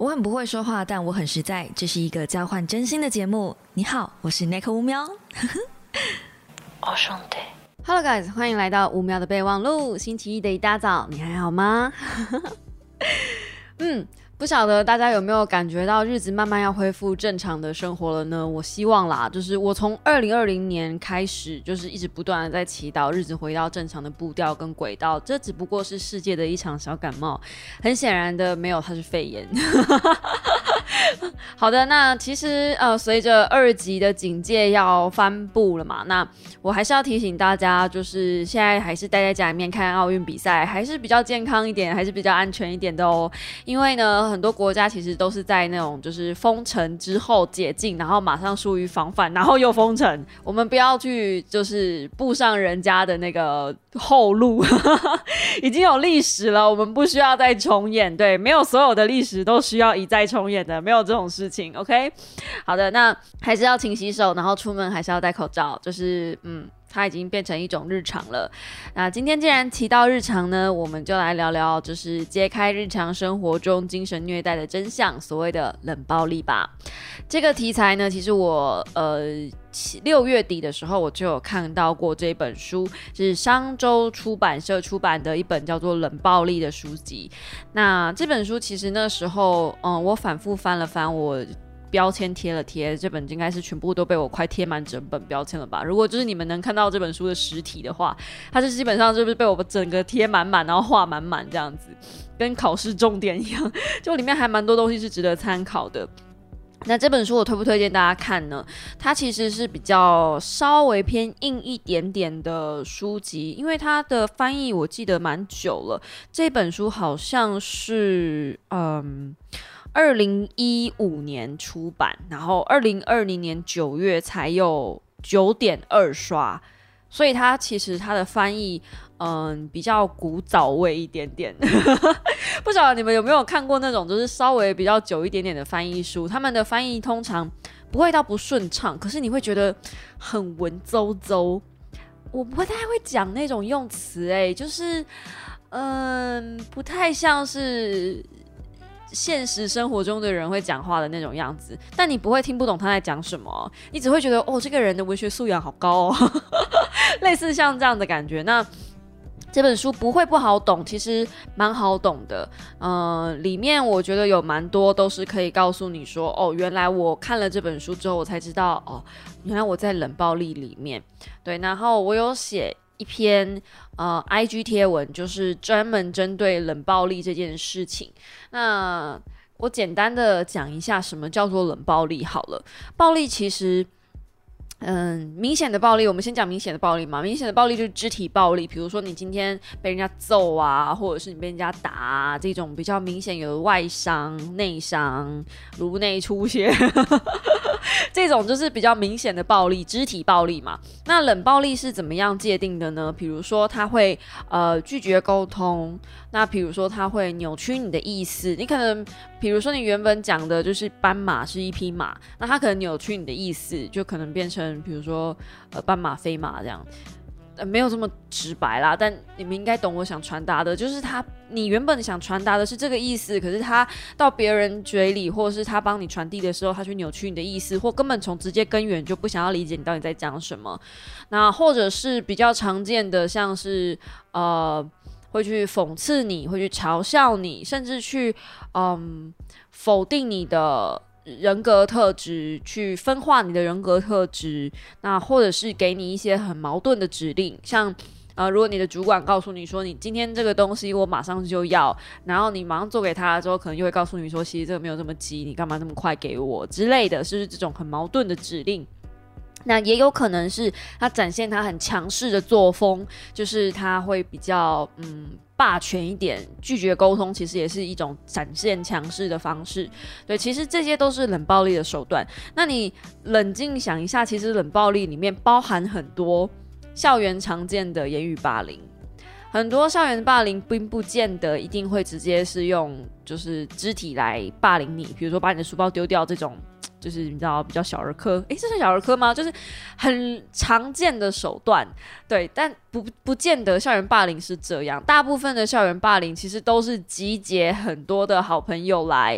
我很不会说话，但我很实在。这是一个交换真心的节目。你好，我是 Neko 吴喵。 哦，兄弟。 Hello guys， 欢迎来到吴喵的备忘录。星期一的一大早，你还好吗？不晓得大家有没有感觉到日子慢慢要恢复正常的生活了呢？我希望啦，就是我从2020年开始，就是一直不断的在祈祷日子回到正常的步调跟轨道。这只不过是世界的一场小感冒，很显然的没有，它是肺炎。好的，那其实随着2级的警戒要颁布了嘛，那我还是要提醒大家，就是现在还是待在家里面看奥运比赛，还是比较健康一点，还是比较安全一点的哦。因为呢，很多国家其实都是在那种就是封城之后解禁，然后马上疏于防范，然后又封城。我们不要去就是步上人家的那个后路，已经有历史了，我们不需要再重演。对，没有所有的历史都需要一再重演的，没有这种事情。OK， 好的，那还是要勤洗手，然后出门还是要戴口罩，就是它已经变成一种日常了。那今天既然提到日常呢，我们就来聊聊，就是揭开日常生活中精神虐待的真相，所谓的冷暴力吧。这个题材呢，其实我6月底的时候我就有看到过这本书，是商周出版社出版的一本叫做《冷暴力》的书籍。那这本书其实那时候我反复翻了翻，我标签贴了贴，这本应该是全部都被我快贴满整本标签了吧。如果就是你们能看到这本书的实体的话，它是基本上就是被我整个贴满满，然后画满满这样子，跟考试重点一样，就里面还蛮多东西是值得参考的。那这本书我推不推荐大家看呢？它其实是比较稍微偏硬一点点的书籍，因为它的翻译我记得蛮久了，这本书好像是2015年出版，然后2020年9月才有9.2刷，所以它其实它的翻译比较古早味一点点。不晓得你们有没有看过那种就是稍微比较久一点点的翻译书，他们的翻译通常不会到不顺畅，可是你会觉得很文绉绉。我不太会讲那种用词就是不太像是现实生活中的人会讲话的那种样子，但你不会听不懂他在讲什么，你只会觉得这个人的文学素养好高哦，类似像这样的感觉。那这本书不会不好懂，其实蛮好懂的。里面我觉得有蛮多都是可以告诉你说，原来我看了这本书之后，我才知道，原来我在冷暴力里面。对，然后我有写一篇IG 贴文，就是专门针对冷暴力这件事情。那我简单的讲一下什么叫做冷暴力好了。暴力其实明显的暴力，我们先讲明显的暴力嘛。明显的暴力就是肢体暴力，比如说你今天被人家揍啊，或者是你被人家打啊，这种比较明显有外伤、内伤、颅内出血，这种就是比较明显的暴力，肢体暴力嘛。那冷暴力是怎么样界定的呢？比如说他会拒绝沟通，那比如说他会扭曲你的意思，你可能比如说你原本讲的就是斑马是一匹马，那他可能扭曲你的意思，就可能变成比如说斑马飞马这样。没有这么直白啦，但你们应该懂我想传达的，就是你原本想传达的是这个意思，可是他到别人嘴里，或者是他帮你传递的时候，他去扭曲你的意思，或根本从直接根源就不想要理解你到底在讲什么。那或者是比较常见的，像是会去讽刺你，会去嘲笑你，甚至去否定你的人格特质，去分化你的人格特质，那或者是给你一些很矛盾的指令，像如果你的主管告诉你说你今天这个东西我马上就要，然后你马上做给他了之后，可能又会告诉你说其实这个没有这么急，你干嘛那么快给我之类的，是这种很矛盾的指令。那也有可能是他展现他很强势的作风，就是他会比较霸权一点，拒绝沟通其实也是一种展现强势的方式。对，其实这些都是冷暴力的手段。那你冷静想一下，其实冷暴力里面包含很多校园常见的言语霸凌，很多校园霸凌并不见得一定会直接是用就是肢体来霸凌你，比如说把你的书包丢掉这种，就是你知道比较小儿科，这是小儿科吗？就是很常见的手段，对，但不见得校园霸凌是这样。大部分的校园霸凌其实都是集结很多的好朋友来，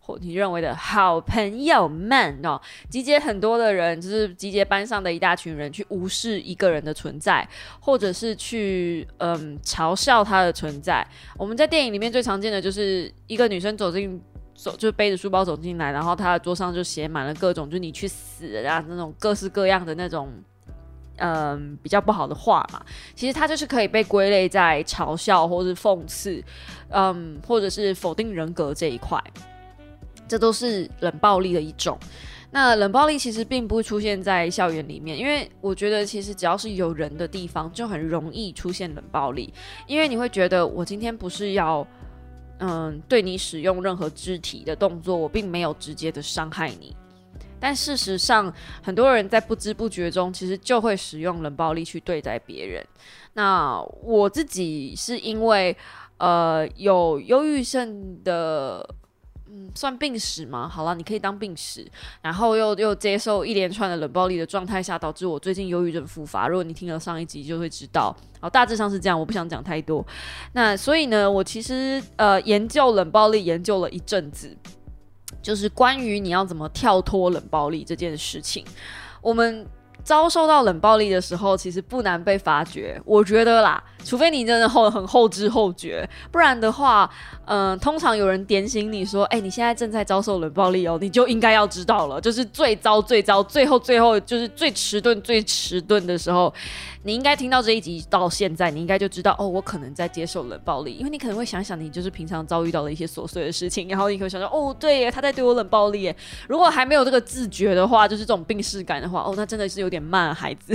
或你认为的好朋友们哦，集结很多的人，就是集结班上的一大群人去无视一个人的存在，或者是去嘲笑他的存在。我们在电影里面最常见的就是一个女生就背着书包走进来，然后她的桌上就写满了各种就你去死啊那种各式各样的那种比较不好的话嘛。其实它就是可以被归类在嘲笑或是讽刺或者是否定人格这一块，这都是冷暴力的一种。那冷暴力其实并不会出现在校园里面，因为我觉得其实只要是有人的地方就很容易出现冷暴力，因为你会觉得我今天不是要对你使用任何肢体的动作，我并没有直接的伤害你。但事实上，很多人在不知不觉中，其实就会使用冷暴力去对待别人。那我自己是因为有忧郁症的算病史吗？好了，你可以当病史，然后又接受一连串的冷暴力的状态下，导致我最近忧郁症复发。如果你听了上一集就会知道，好，大致上是这样，我不想讲太多。那所以呢，我其实研究冷暴力研究了一阵子，就是关于你要怎么跳脱冷暴力这件事情。我们遭受到冷暴力的时候，其实不难被发觉，我觉得啦，除非你真的很后知后觉，不然的话，通常有人点醒你说，你现在正在遭受冷暴力哦，你就应该要知道了，就是最糟、最后就是最迟钝的时候，你应该听到这一集到现在，你应该就知道哦，我可能在接受冷暴力，因为你可能会想想你就是平常遭遇到的一些琐碎的事情，然后你会想说，哦，对耶，他在对我冷暴力耶。如果还没有这个自觉的话，就是这种病识感的话，哦，那真的是有点慢，孩子。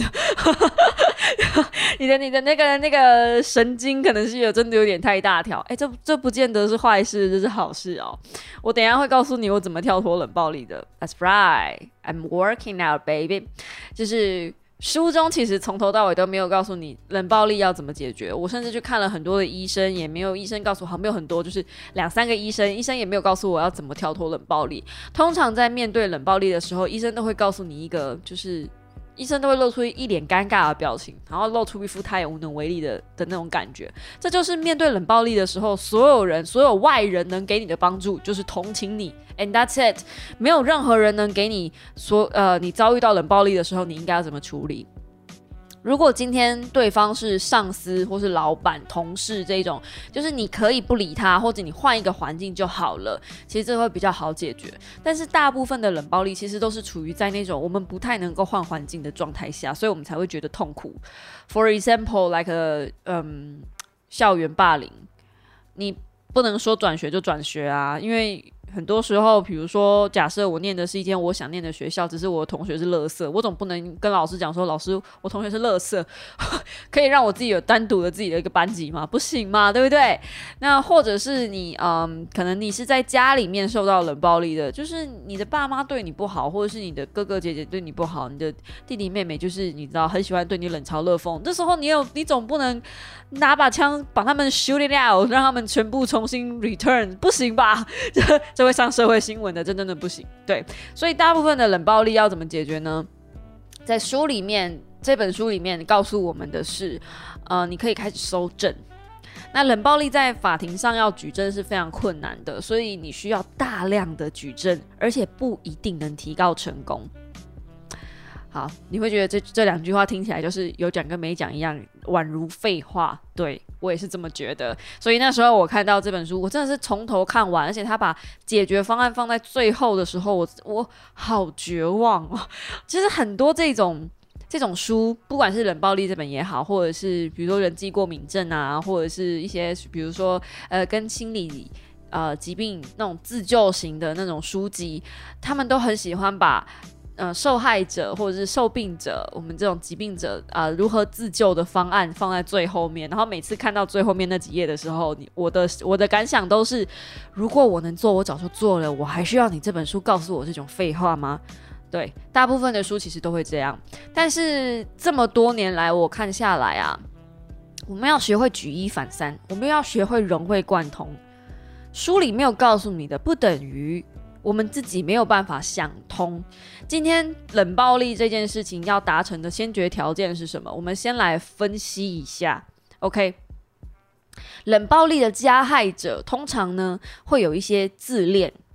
你的那个神经可能是真的有点太大条，这不见得是坏事，这是好事哦。我等一下会告诉你我怎么跳脱冷暴力的。That's right, I'm working out, baby。就是书中其实从头到尾都没有告诉你冷暴力要怎么解决，我甚至去看了很多的医生，也没有医生告诉我，好，没有很多，就是2-3个医生也没有告诉我要怎么跳脱冷暴力。通常在面对冷暴力的时候，医生都会告诉你一个就是医生都会露出一脸尴尬的表情，然后露出一副他也无能为力的那种感觉。这就是面对冷暴力的时候，所有外人能给你的帮助就是同情你 ，and that's it。没有任何人能给你你遭遇到冷暴力的时候，你应该要怎么处理。如果今天对方是上司或是老板、同事这种，就是你可以不理他，或者你换一个环境就好了，其实这会比较好解决。但是大部分的冷暴力其实都是处于在那种我们不太能够换环境的状态下，所以我们才会觉得痛苦。For example, like 校园霸凌，你不能说转学就转学啊，因为很多时候，比如说，假设我念的是一间我想念的学校，只是我的同学是垃圾，我总不能跟老师讲说，老师，我同学是垃圾，可以让我自己有单独的自己的一个班级吗？不行嘛，对不对？那或者是你，可能你是在家里面受到冷暴力的，就是你的爸妈对你不好，或者是你的哥哥姐姐对你不好，你的弟弟妹妹就是你知道很喜欢对你冷嘲热讽，这时候你总不能拿把枪把他们 shoot it out， 让他们全部重新 return， 不行吧？这会上社会新闻的，这真的不行。对，所以大部分的冷暴力要怎么解决呢？在这本书里面告诉我们的是，你可以开始搜证。那冷暴力在法庭上要举证是非常困难的，所以你需要大量的举证，而且不一定能提告成功。好，你会觉得这2句话听起来就是有讲跟没讲一样，宛如废话。对，我也是这么觉得。所以那时候我看到这本书，我真的是从头看完，而且他把解决方案放在最后的时候，我好绝望哦。其实很多这种书，不管是冷暴力这本也好，或者是比如说人际过敏症啊，或者是一些比如说跟心理疾病那种自救型的那种书籍，他们都很喜欢把受害者或者是受病者，我们这种疾病者如何自救的方案放在最后面，然后每次看到最后面那几页的时候，我的感想都是，如果我能做，我早就做了，我还需要你这本书告诉我这种废话吗？对，大部分的书其实都会这样，但是这么多年来我看下来啊，我们要学会举一反三，我们要学会融会贯通。书里没有告诉你的，不等于我们自己没有办法想通。今天冷暴力这件事情要达成的先决条件是什么？我们先来分析一下。OK， 冷暴力的加害者通常呢会有一些自恋，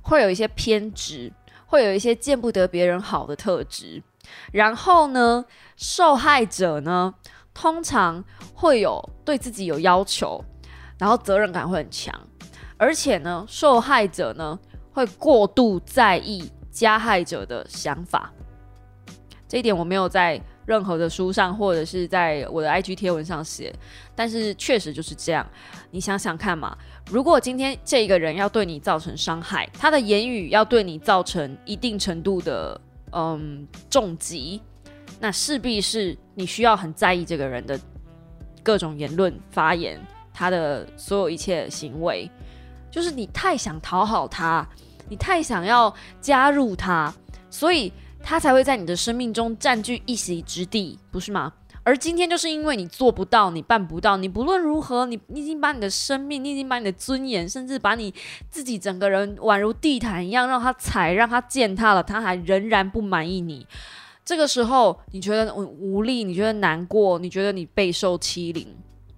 会有一些偏执，会有一些见不得别人好的特质。然后呢，受害者呢，通常会有对自己有要求，然后责任感会很强，而且呢，受害者呢会过度在意加害者的想法。这一点我没有在任何的书上或者是在我的 IG 贴文上写，但是确实就是这样。你想想看嘛，如果今天这个人要对你造成伤害，他的言语要对你造成一定程度的重击，那势必是你需要很在意这个人的各种言论发言，他的所有一切行为，就是你太想讨好他，你太想要加入他，所以他才会在你的生命中占据一席之地，不是吗？而今天就是因为你做不到，你办不到，你不论如何，你已经把你的生命，你已经把你的尊严，甚至把你自己整个人宛如地毯一样让他踩，让他践踏了，他还仍然不满意你。这个时候你觉得无力，你觉得难过，你觉得你备受欺凌，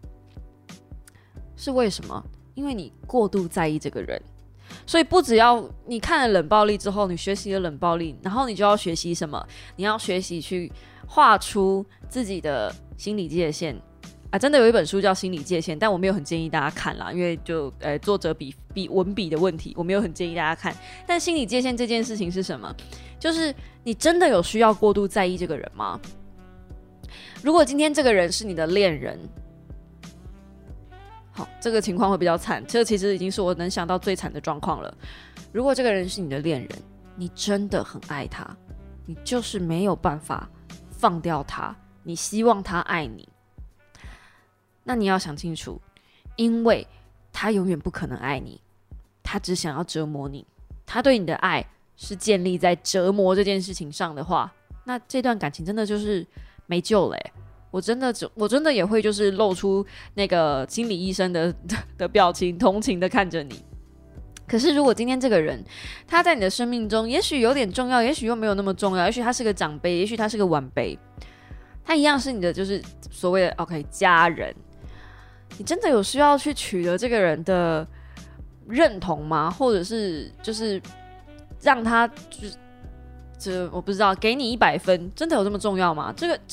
是为什么？因为你过度在意这个人。所以不只要你看了冷暴力之后，你学习了冷暴力，然后你就要学习什么？你要学习去画出自己的心理界限啊！真的有一本书叫《心理界限》，但我没有很建议大家看啦，因为就作者比文笔的问题，我没有很建议大家看。但心理界限这件事情是什么？就是你真的有需要过度在意这个人吗？如果今天这个人是你的恋人，好，这个情况会比较惨，这其实已经是我能想到最惨的状况了。如果这个人是你的恋人，你真的很爱他，你就是没有办法放掉他，你希望他爱你，那你要想清楚，因为他永远不可能爱你，他只想要折磨你，他对你的爱是建立在折磨这件事情上的话，那这段感情真的就是没救了欸。我真的也会就是露出那个心理医生的表情，同情的看着你。可是如果今天这个人他在你的生命中也许有点重要，也许又没有那么重要，也许他是个长辈，也许他是个晚辈，他一样是你的就是所谓的 OK 家人，你真的有需要去取得这个人的认同吗？或者是就是让他就是我不知道，给你100分，真的有这么重要吗？这个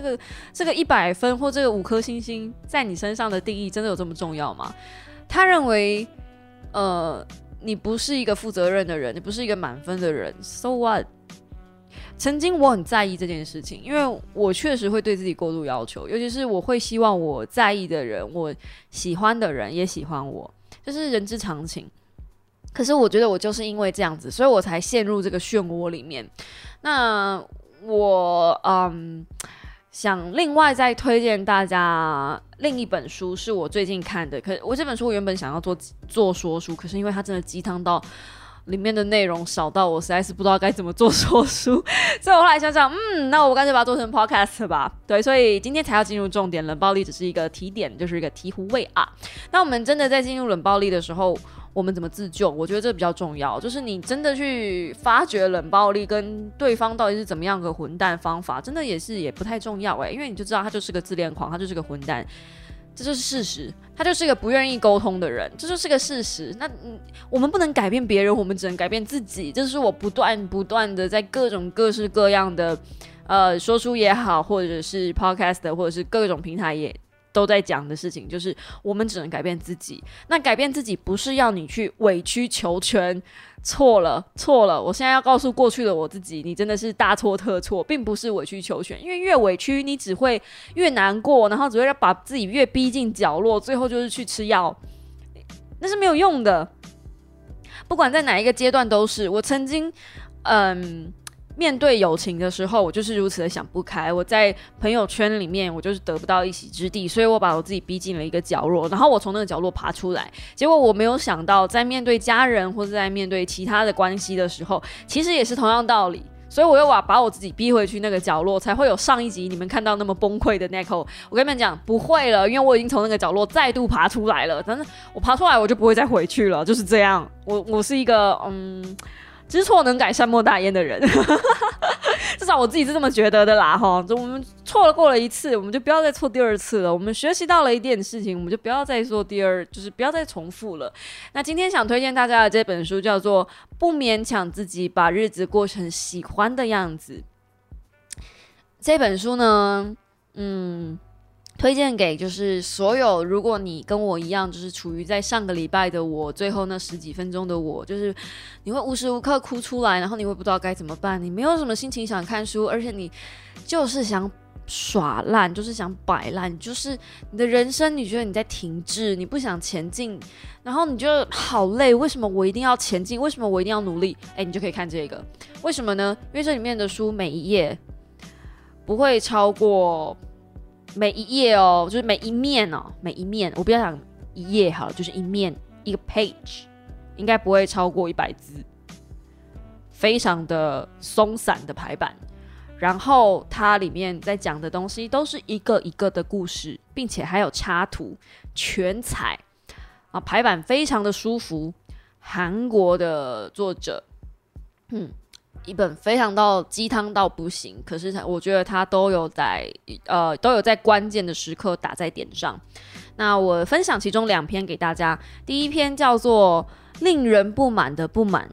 100分或这个5颗星星在你身上的定义，真的有这么重要吗？他认为，你不是一个负责任的人，你不是一个满分的人 ，so what？ 曾经我很在意这件事情，因为我确实会对自己过度要求，尤其是我会希望我在意的人，我喜欢的人也喜欢我，这是人之常情。可是我觉得我就是因为这样子，所以我才陷入这个漩涡里面。那我想另外再推荐大家另一本书，是我最近看的。可我这本书我原本想要做说书，可是因为它真的鸡汤到里面的内容少到我实在是不知道该怎么做说书，所以我后来想想，那我干脆把它做成 podcast 吧。对，所以今天才要进入重点，冷暴力只是一个提点，就是一个醍醐味啊。那我们真的在进入冷暴力的时候，我们怎么自救？我觉得这比较重要，就是你真的去发掘冷暴力跟对方到底是怎么样个混蛋方法，真的也不太重要因为你就知道他就是个自恋狂，他就是个混蛋，这就是事实，他就是一个不愿意沟通的人，这就是个事实。那我们不能改变别人，我们只能改变自己。这是我不断的在各种各式各样的说书也好，或者是 podcast 或者是各种平台也都在讲的事情，就是我们只能改变自己。那改变自己不是要你去委曲求全，错了，我现在要告诉过去的我自己，你真的是大错特错，并不是委曲求全，因为越委屈你只会越难过，然后只会把自己越逼进角落，最后就是去吃药，那是没有用的。不管在哪一个阶段都是。我曾经面对友情的时候，我就是如此的想不开。我在朋友圈里面，我就是得不到一席之地，所以我把我自己逼进了一个角落，然后我从那个角落爬出来。结果我没有想到，在面对家人或者在面对其他的关系的时候，其实也是同样道理。所以我又把我自己逼回去那个角落，才会有上一集你们看到那么崩溃的 Neko。我跟你们讲，不会了，因为我已经从那个角落再度爬出来了。但是我爬出来，我就不会再回去了，就是这样。我是一个知错能改善莫大焉的人这至少我自己是这么觉得的啦齁。我们错了过了一次，我们就不要再错第二次了。我们学习到了一点事情，我们就不要再做就是不要再重复了。那今天想推荐大家的这本书叫做《不勉强自己把日子过成喜欢的样子》。这本书呢，推荐给就是所有，如果你跟我一样，就是处于在上个礼拜的我最后那10几分钟的我，就是你会无时无刻哭出来，然后你会不知道该怎么办，你没有什么心情想看书，而且你就是想耍烂，就是想摆烂，就是你的人生你觉得你在停滞，你不想前进，然后你觉得好累，为什么我一定要前进？为什么我一定要努力？你就可以看这个。为什么呢？因为这里面的书每一页不会超过。每一页哦，就是每一面，我不要讲一页好了，就是一面一个 page， 应该不会超过100字，非常的松散的排版。然后它里面在讲的东西都是一个一个的故事，并且还有插图，全彩啊，排版非常的舒服。韩国的作者，一本非常到鸡汤到不行，可是我觉得他都有在关键的时刻打在点上。那我分享其中2篇给大家，第一篇叫做《令人不满的不满》。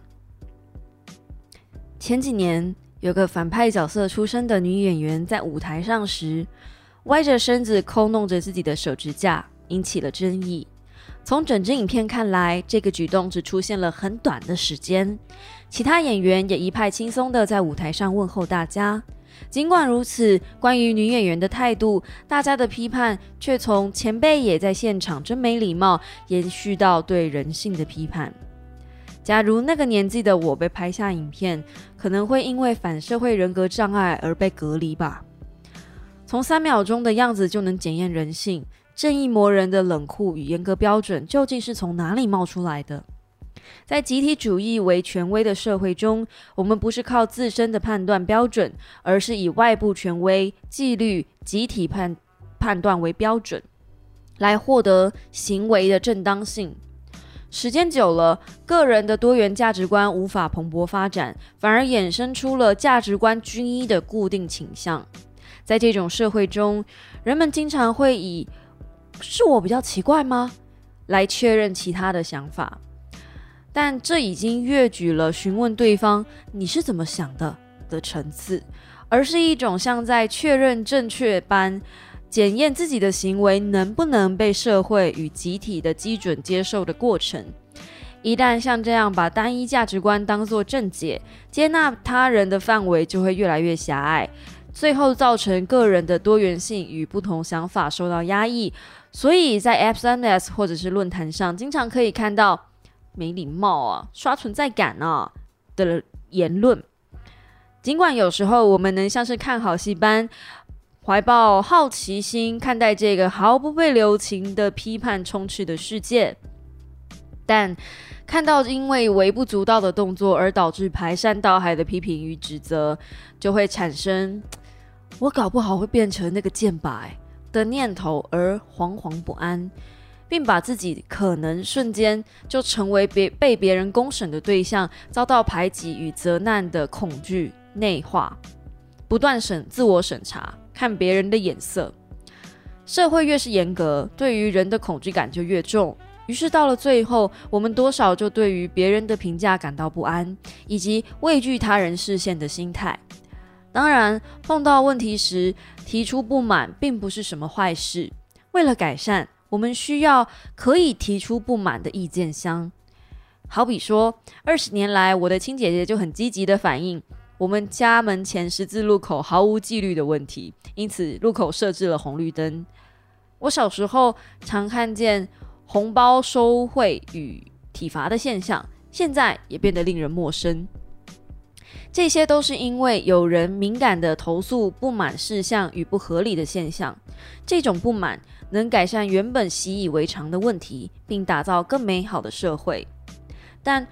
前几年有个反派角色出身的女演员在舞台上时，歪着身子抠弄着自己的手指甲，引起了争议。从整支影片看来，这个举动只出现了很短的时间，其他演员也一派轻松地在舞台上问候大家。尽管如此，关于女演员的态度，大家的批判却从前辈也在现场真没礼貌，延续到对人性的批判。假如那个年纪的我被拍下影片，可能会因为反社会人格障碍而被隔离吧。从3秒钟的样子就能检验人性，正义魔人的冷酷与严格标准究竟是从哪里冒出来的？在集体主义为权威的社会中，我们不是靠自身的判断标准，而是以外部权威、纪律、集体判断为标准，来获得行为的正当性。时间久了，个人的多元价值观无法蓬勃发展，反而衍生出了价值观均一的固定倾向。在这种社会中，人们经常会以“是我比较奇怪吗?”来确认其他的想法，但这已经越矩了询问对方“你是怎么想的”的层次，而是一种像在确认正确般检验自己的行为能不能被社会与集体的基准接受的过程。一旦像这样把单一价值观当作正解，接纳他人的范围就会越来越狭隘，最后造成个人的多元性与不同想法受到压抑。所以在 SNS 或者是论坛上，经常可以看到没礼貌啊、刷存在感啊的言论。尽管有时候我们能像是看好戏般怀抱好奇心看待这个毫不被留情的批判充斥的世界，但看到因为微不足道的动作而导致排山倒海的批评与指责，就会产生我搞不好会变成那个箭靶的念头而惶惶不安，并把自己可能瞬间就成为被别人公审的对象，遭到排挤与责难的恐惧内化，不断自我审查，看别人的眼色。社会越是严格，对于人的恐惧感就越重，于是到了最后，我们多少就对于别人的评价感到不安，以及畏惧他人视线的心态。当然，碰到问题时提出不满并不是什么坏事。为了改善，我们需要可以提出不满的意见箱。好比说，20年来，我的亲姐姐就很积极的反映我们家门前十字路口毫无纪律的问题，因此路口设置了红绿灯。我小时候常看见红包收贿与体罚的现象，现在也变得令人陌生。这些都是因为有人敏感地投诉不满事项与不合理的现象，这种不满能改善原本习以为常的问题，并打造更美好的社会。但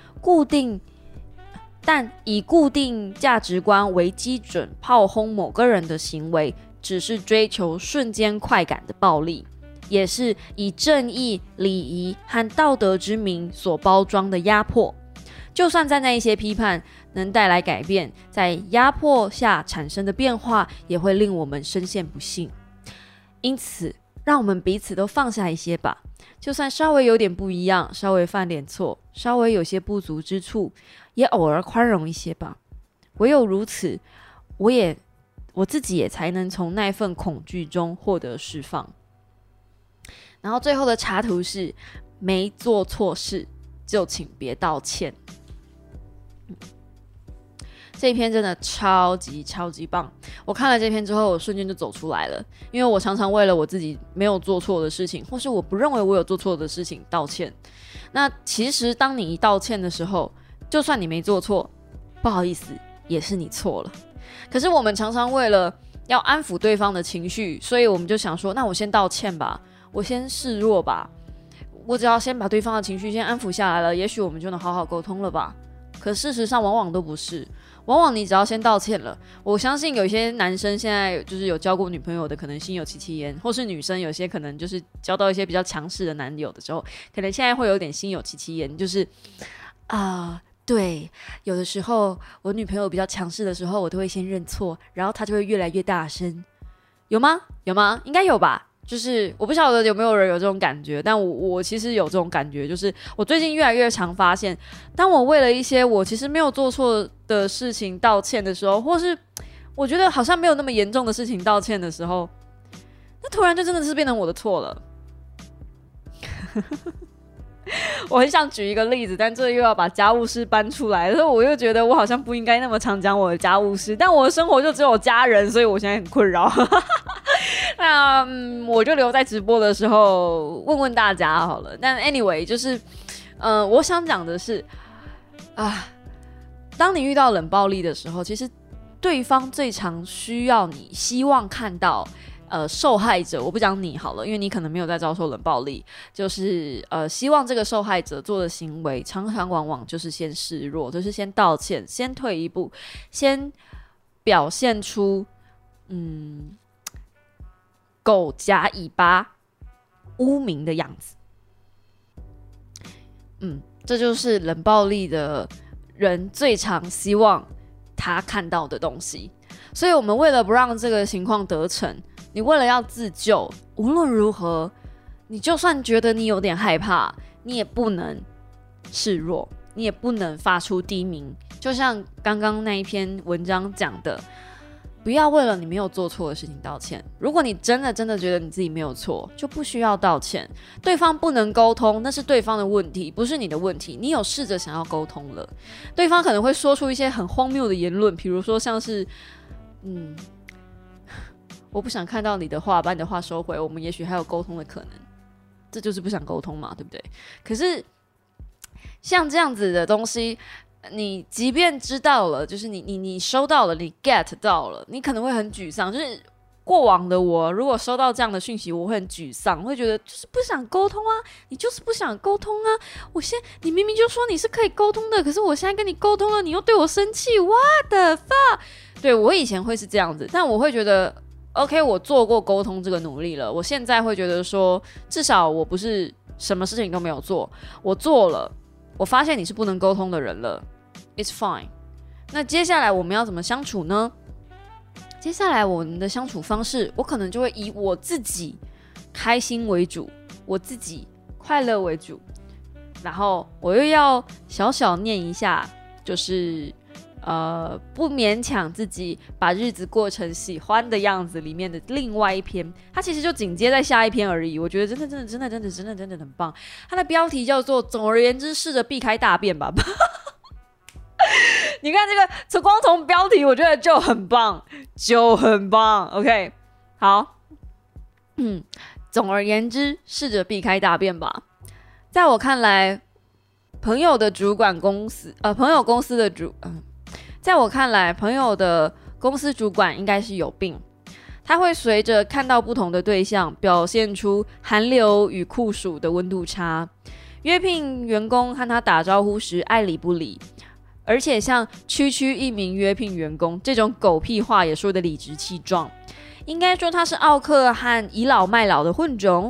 以固定价值观为基准炮轰某个人的行为，只是追求瞬间快感的暴力，也是以正义、礼仪和道德之名所包装的压迫。 就算在那一些批判能带来改变，在压迫下产生的变化也会令我们深陷不幸。因此让我们彼此都放下一些吧，就算稍微有点不一样，稍微犯点错，稍微有些不足之处，也偶尔宽容一些吧。唯有如此，我自己也才能从那份恐惧中获得释放。然后最后的插图是没做错事就请别道歉。这一篇真的超级超级棒，我看了这篇之后我瞬间就走出来了，因为我常常为了我自己没有做错的事情，或是我不认为我有做错的事情道歉。那其实当你一道歉的时候，就算你没做错，不好意思，也是你错了。可是我们常常为了要安抚对方的情绪，所以我们就想说，那我先道歉吧，我先示弱吧，我只要先把对方的情绪先安抚下来了，也许我们就能好好沟通了吧。可事实上往往都不是，往往你只要先道歉了，我相信有些男生现在就是有交过女朋友的，可能心有戚戚焉，或是女生有些可能就是交到一些比较强势的男友的时候，可能现在会有点心有戚戚焉，就是对，有的时候我女朋友比较强势的时候，我都会先认错，然后她就会越来越大声。有吗？有吗？应该有吧。就是我不晓得有没有人有这种感觉，但我其实有这种感觉，就是我最近越来越常发现，当我为了一些我其实没有做错的事情道歉的时候，或是我觉得好像没有那么严重的事情道歉的时候，那突然就真的是变成我的错了。我很想举一个例子，但这又要把家务事搬出来，所以我又觉得我好像不应该那么常讲我的家务事，但我的生活就只有家人，所以我现在很困扰。那我就留在直播的时候问问大家好了。但 anyway 就是我想讲的是当你遇到冷暴力的时候，其实对方最常需要你希望看到受害者，我不讲你好了，因为你可能没有在遭受冷暴力，就是希望这个受害者做的行为常常往往就是先示弱，就是先道歉，先退一步，先表现出狗夹尾巴污名的样子。这就是冷暴力的人最常希望他看到的东西。所以我们为了不让这个情况得逞，你为了要自救，无论如何，你就算觉得你有点害怕，你也不能示弱，你也不能发出低鸣。就像刚刚那一篇文章讲的，不要为了你没有做错的事情道歉。如果你真的觉得你自己没有错，就不需要道歉。对方不能沟通，那是对方的问题，不是你的问题。你有试着想要沟通了，对方可能会说出一些很荒谬的言论，比如说像是我不想看到你的话，把你的话收回，我们也许还有沟通的可能。这就是不想沟通嘛，对不对？可是像这样子的东西，你即便知道了，就是你收到了，你 get 到了，你可能会很沮丧。就是过往的我，如果收到这样的讯息，我会很沮丧，会觉得就是不想沟通啊，你就是不想沟通啊。你明明就说你是可以沟通的，可是我现在跟你沟通了，你又对我生气 ，what the fuck？ 对，我以前会是这样子，但我会觉得 OK， 我做过沟通这个努力了，我现在会觉得说，至少我不是什么事情都没有做，我做了。我发现你是不能沟通的人了 ，It's fine。那接下来我们要怎么相处呢？接下来我们的相处方式，我可能就会以我自己开心为主，我自己快乐为主，然后我又要小小念一下，就是不勉强自己把日子过成喜欢的样子里面的另外一篇，它其实就紧接在下一篇而已。我觉得真的很棒。它的标题叫做“总而言之，试着避开大便吧”。你看这个，光从标题我觉得就很棒，OK， 好，总而言之，试着避开大便吧。在我看来，朋友公司的在我看来，朋友的公司主管应该是有病。他会随着看到不同的对象，表现出寒流与酷暑的温度差。约聘员工和他打招呼时爱理不理，而且像区一名约聘员工这种狗屁话也说得理直气壮。应该说他是奥克和倚老卖老的混种。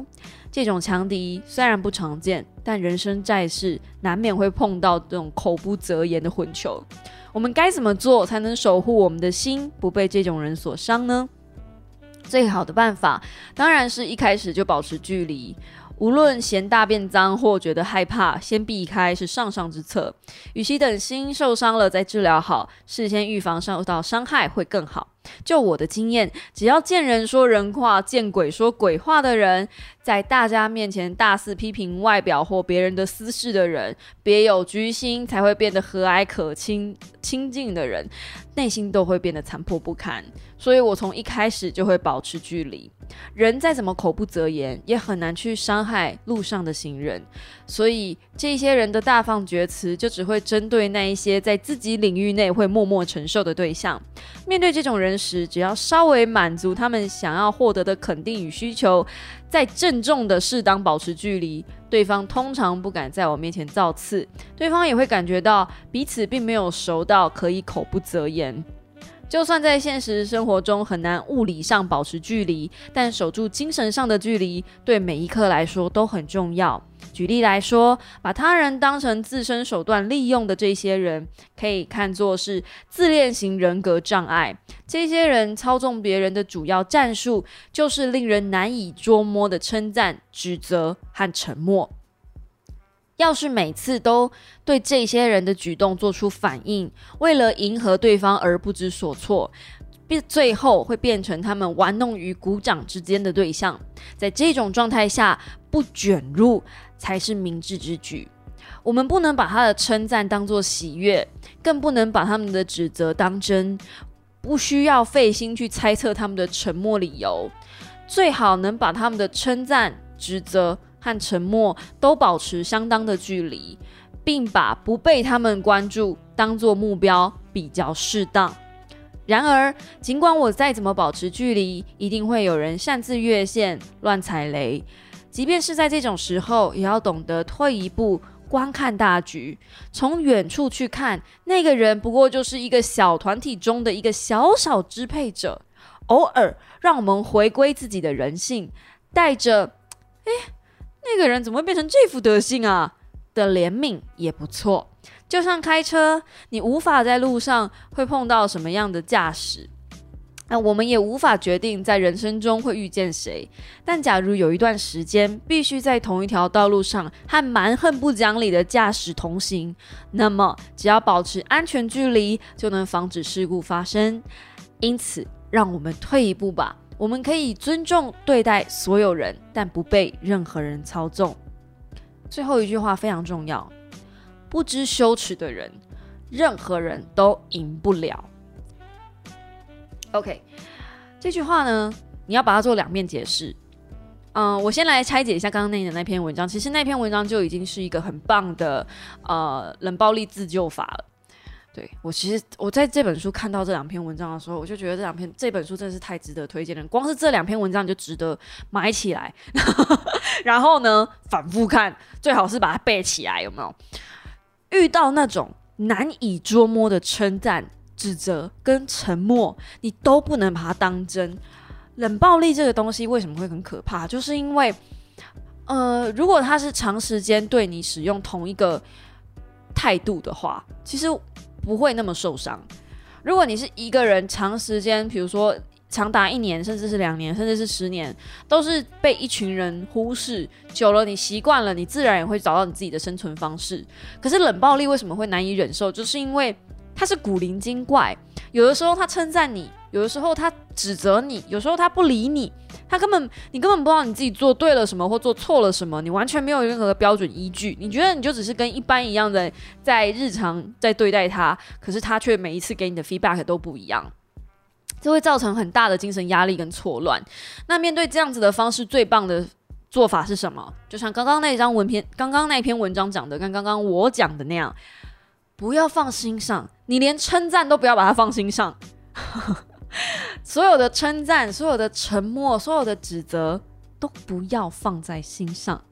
这种强敌虽然不常见，但人生在世难免会碰到这种口不择言的混球。我们该怎么做才能守护我们的心不被这种人所伤呢？最好的办法当然是一开始就保持距离，无论嫌大便脏或觉得害怕，先避开是上上之策。与其等心受伤了再治疗好，事先预防受到伤害会更好。就我的经验，只要见人说人话，见鬼说鬼话的人，在大家面前大肆批评外表或别人的私事的人，别有居心才会变得和蔼可亲近的人，内心都会变得残破不堪。所以我从一开始就会保持距离。人再怎么口不择言，也很难去伤害路上的行人，所以这些人的大放厥词就只会针对那一些在自己领域内会默默承受的对象。面对这种人时，只要稍微满足他们想要获得的肯定与需求，再郑重的适当保持距离，对方通常不敢在我面前造次，对方也会感觉到彼此并没有熟到可以口不择言。就算在现实生活中很难物理上保持距离，但守住精神上的距离对每一刻来说都很重要。举例来说，把他人当成自身手段利用的这些人，可以看作是自恋型人格障碍。这些人操纵别人的主要战术，就是令人难以捉摸的称赞、指责和沉默。要是每次都对这些人的举动做出反应，为了迎合对方而不知所措，最后会变成他们玩弄于股掌之间的对象。在这种状态下，不卷入才是明智之举。我们不能把他的称赞当作喜悦，更不能把他们的指责当真，不需要费心去猜测他们的沉默理由。最好能把他们的称赞、指责和沉默都保持相当的距离，并把不被他们关注当作目标比较适当。然而，尽管我再怎么保持距离，一定会有人擅自越线、乱踩雷。即便是在这种时候，也要懂得退一步观看大局，从远处去看，那个人不过就是一个小团体中的一个小小支配者。偶尔让我们回归自己的人性，带着那个人怎么会变成这副德性啊的怜悯也不错。就像开车，你无法在路上会碰到什么样的驾驶，我们也无法决定在人生中会遇见谁。但假如有一段时间必须在同一条道路上和蛮横不讲理的驾驶同行，那么只要保持安全距离，就能防止事故发生。因此，让我们退一步吧。我们可以尊重对待所有人，但不被任何人操纵。最后一句话非常重要，不知羞耻的人，任何人都赢不了。OK， 这句话呢，你要把它做两面解释。我先来拆解一下刚刚那篇文章。其实那篇文章就已经是一个很棒的冷暴力自救法了。对，其实我在这本书看到这两篇文章的时候，我就觉得这本书真的是太值得推荐了。光是这两篇文章就值得买起来，然后呢反复看，最好是把它背起来，有没有？遇到那种难以捉摸的称赞、指责跟沉默，你都不能把它当真。冷暴力这个东西为什么会很可怕？就是因为如果他是长时间对你使用同一个态度的话，其实不会那么受伤。如果你是一个人长时间，比如说长达1年，甚至是2年，甚至是10年，都是被一群人忽视，久了你习惯了，你自然也会找到你自己的生存方式。可是冷暴力为什么会难以忍受？就是因为它是古灵精怪，有的时候他称赞你，有的时候他指责你，有时候他不理你，你根本不知道你自己做对了什么或做错了什么，你完全没有任何的标准依据，你觉得你就只是跟一般一样的在日常在对待他，可是他却每一次给你的 feedback 都不一样，这会造成很大的精神压力跟错乱。那面对这样子的方式，最棒的做法是什么？就像刚刚那篇文章讲的，跟刚刚我讲的那样，不要放心上，你连称赞都不要把它放心上。所有的称赞，所有的沉默，所有的指责都不要放在心上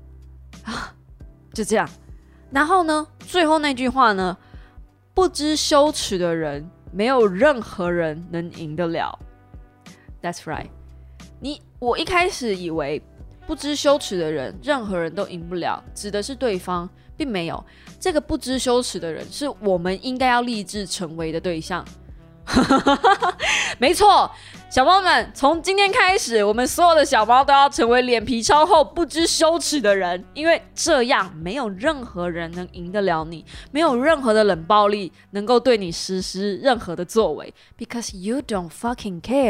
就这样。然后呢，最后那句话呢，不知羞耻的人，没有任何人能赢得了。 That's right。 我一开始以为不知羞耻的人，任何人都赢不了，指的是对方，并没有。这个不知羞耻的人，是我们应该要立志成为的对象。没错，小猫们，从今天开始，我们所有的小猫都要成为脸皮超厚、不知羞耻的人，因为这样没有任何人能赢得了你，没有任何的冷暴力能够对你实施任何的作为 ，because you don't fucking care 。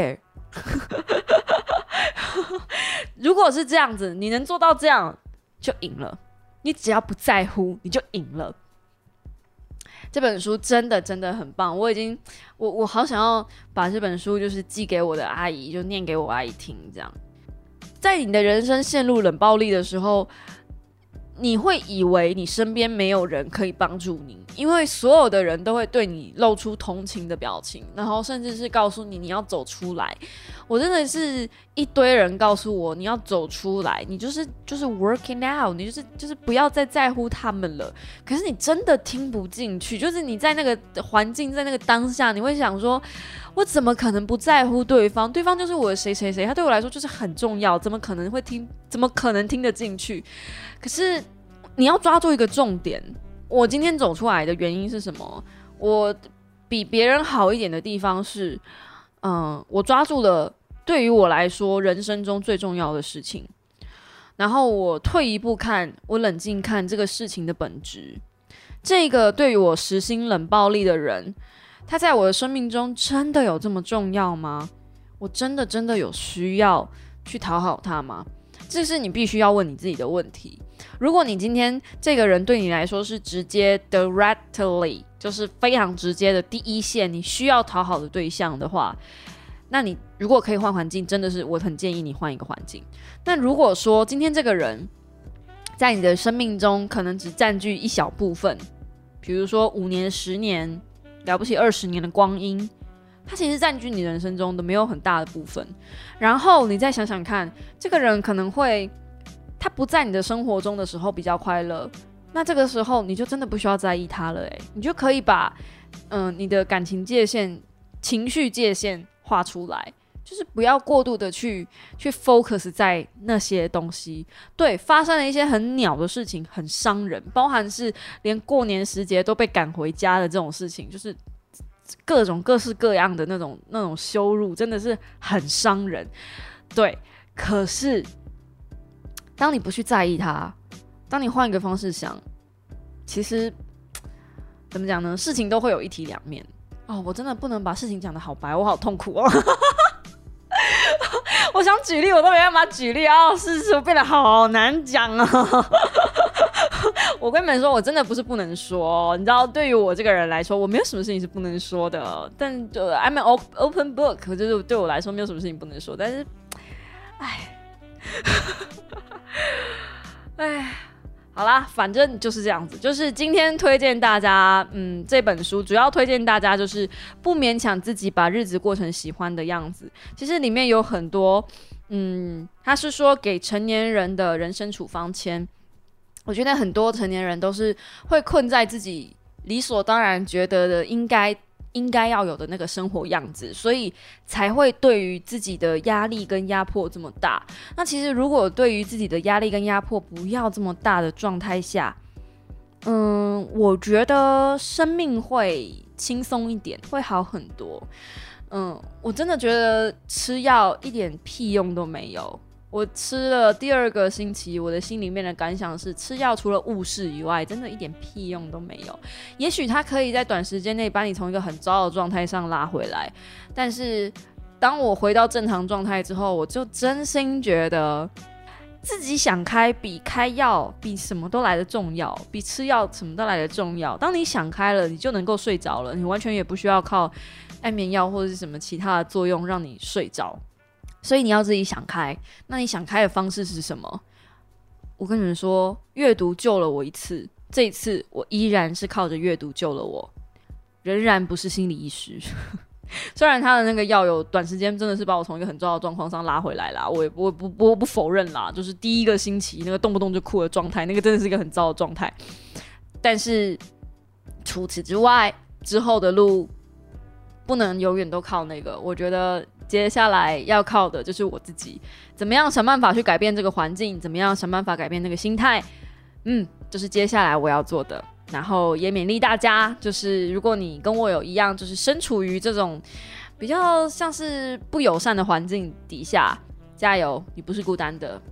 如果是这样子，你能做到这样就赢了。你只要不在乎，你就赢了。这本书真的真的很棒，我好想要把这本书就是寄给我的阿姨，就念给我阿姨听。这样，在你的人生陷入冷暴力的时候，你会以为你身边没有人可以帮助你，因为所有的人都会对你露出同情的表情，然后甚至是告诉你要走出来。我真的是一堆人告诉我你要走出来，你就是 working out， 你就是不要再在乎他们了。可是你真的听不进去，就是你在那个环境，在那个当下，你会想说，我怎么可能不在乎对方？对方就是我的谁谁谁，他对我来说就是很重要，怎么可能听得进去？可是你要抓住一个重点，我今天走出来的原因是什么？我比别人好一点的地方是，我抓住了对于我来说人生中最重要的事情，然后我退一步看，我冷静看这个事情的本质。这个对于我实行冷暴力的人，他在我的生命中真的有这么重要吗？我真的有需要去讨好他吗？这是你必须要问你自己的问题。如果你今天这个人对你来说是直接 directly， 就是非常直接的第一线，你需要讨好的对象的话，那你如果可以换环境，真的是我很建议你换一个环境。那如果说今天这个人在你的生命中可能只占据一小部分，比如说5年、10年，了不起20年的光阴，他其实占据你人生中的没有很大的部分。然后你再想想看，这个人可能会他不在你的生活中的时候比较快乐，那这个时候你就真的不需要在意他了你就可以把你的感情界限、情绪界限画出来，就是不要过度的去 focus 在那些东西。对，发生了一些很鸟的事情，很伤人，包含是连过年时节都被赶回家的这种事情，就是各种各式各样的那种羞辱，真的是很伤人。对，可是当你不去在意它，当你换一个方式想，其实怎么讲呢？事情都会有一体两面。我真的不能把事情讲得好白，我好痛苦哦。我想举例，我都没办法举例事实变得好难讲啊。我跟你们说，我真的不是不能说，你知道，对于我这个人来说，我没有什么事情是不能说的。但I'm an open book， 就是对我来说没有什么事情不能说。但是，好啦，反正就是这样子。就是今天推荐大家，这本书主要推荐大家就是不勉强自己把日子过成喜欢的样子。其实里面有很多，他是说给成年人的人生处方签。我觉得很多成年人都是会困在自己理所当然觉得的应该要有的那个生活样子，所以才会对于自己的压力跟压迫这么大。那其实如果对于自己的压力跟压迫不要这么大的状态下，我觉得生命会轻松一点，会好很多。我真的觉得吃药一点屁用都没有。我吃了第2个星期，我的心里面的感想是，吃药除了误事以外，真的一点屁用都没有。也许它可以在短时间内把你从一个很糟的状态上拉回来，但是当我回到正常状态之后，我就真心觉得自己想开比开药比什么都来得重要，比吃药什么都来得重要。当你想开了，你就能够睡着了，你完全也不需要靠安眠药或者是什么其他的作用让你睡着。所以你要自己想开，那你想开的方式是什么？我跟你们说，阅读救了我一次，这一次我依然是靠着阅读救了我，仍然不是心理医师。虽然他的那个药有短时间真的是把我从一个很糟的状况上拉回来啦，我不否认啦，就是第1个星期那个动不动就哭的状态，那个真的是一个很糟的状态。但是除此之外，之后的路不能永远都靠那个。我觉得接下来要靠的就是我自己，怎么样想办法去改变这个环境，怎么样想办法改变那个心态，就是接下来我要做的。然后也勉励大家，就是如果你跟我有一样，就是身处于这种比较像是不友善的环境底下，加油，你不是孤单的。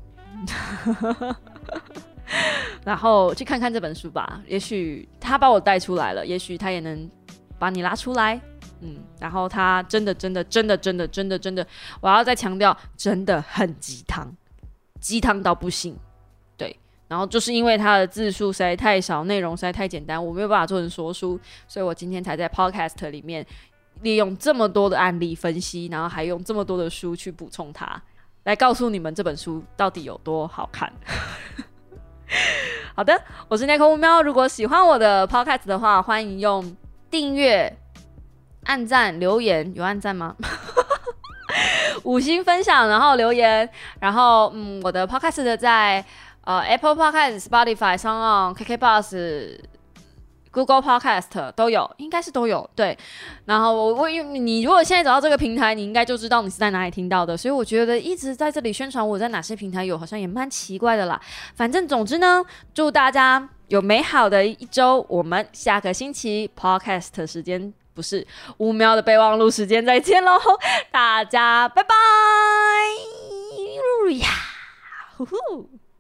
然后去看看这本书吧，也许他把我带出来了，也许他也能把你拉出来。然后他真的，我要再强调，真的很鸡汤，鸡汤到不行。对，然后就是因为他的字数实在太少，内容实在太简单，我没有办法做成说书，所以我今天才在 podcast 里面利用这么多的案例分析，然后还用这么多的书去补充它，来告诉你们这本书到底有多好看。好的，我是 Neko 喵，如果喜欢我的 podcast 的话，欢迎用订阅、按赞、留言，有按赞吗？5星分享，然后留言，然后我的 podcast 在Apple Podcast、Spotify、SoundOn、KKBox、Google Podcast 都有，应该是都有。对，然后你如果现在找到这个平台，你应该就知道你是在哪里听到的，所以我觉得一直在这里宣传我在哪些平台有，好像也蛮奇怪的啦。反正总之呢，祝大家有美好的一周，我们下个星期 Podcast 时间不是5秒的备忘录时间再见喽，大家拜拜呀，呼呼。